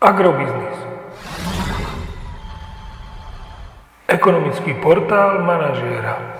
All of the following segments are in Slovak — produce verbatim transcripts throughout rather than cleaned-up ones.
Agrobiznis. Ekonomický portál manažéra.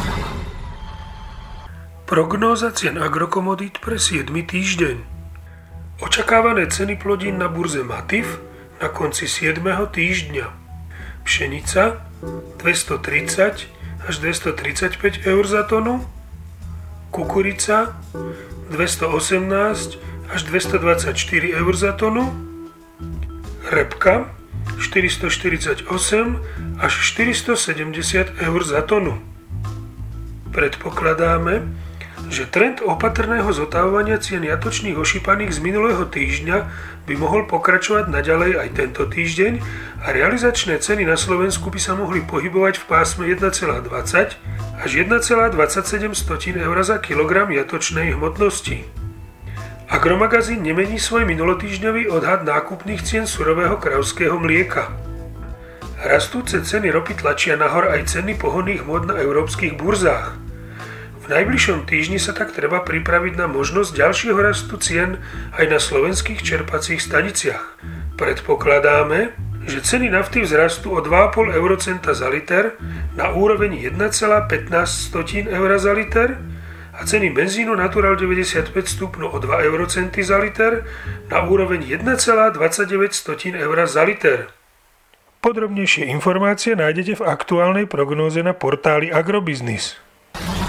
Prognóza cien agrokomodít pre siedmy týždeň. Očakávané ceny plodín na burze Matif na konci siedmeho týždňa. Pšenica dvestotridsať až dvestotridsaťpäť eur za tonu, kukurica dvestoosemnásť až dvestodvadsaťštyri eur za tonu, repka štyristoštyridsaťosem až štyristosedemdesiat eur za tonu. Predpokladáme, že trend opatrného zotavovania cien jatočných ošípaných z minulého týždňa by mohol pokračovať naďalej aj tento týždeň a realizačné ceny na Slovensku by sa mohli pohybovať v pásme jeden celá dvadsať až jeden celá dvadsaťsedem eur za kilogram jatočnej hmotnosti. Agromagazín nemení svoj minulotýždňový odhad nákupných cien surového kravského mlieka. Rastúce ceny ropy tlačia nahor aj ceny pohonných hmôt na európskych burzách. V najbližšom týždni sa tak treba pripraviť na možnosť ďalšieho rastu cien aj na slovenských čerpacích staniciach. Predpokladáme, že ceny nafty vzrastú o dva celé päť eurocenta za liter na úroveň jeden celá pätnásť eur za liter a ceny benzínu Natural deväťdesiatpäť stúpnú o dva eurocenty za liter na úroveň jeden celá dvadsaťdeväť eur za liter. Podrobnejšie informácie nájdete v aktuálnej prognóze na portáli Agrobiznis.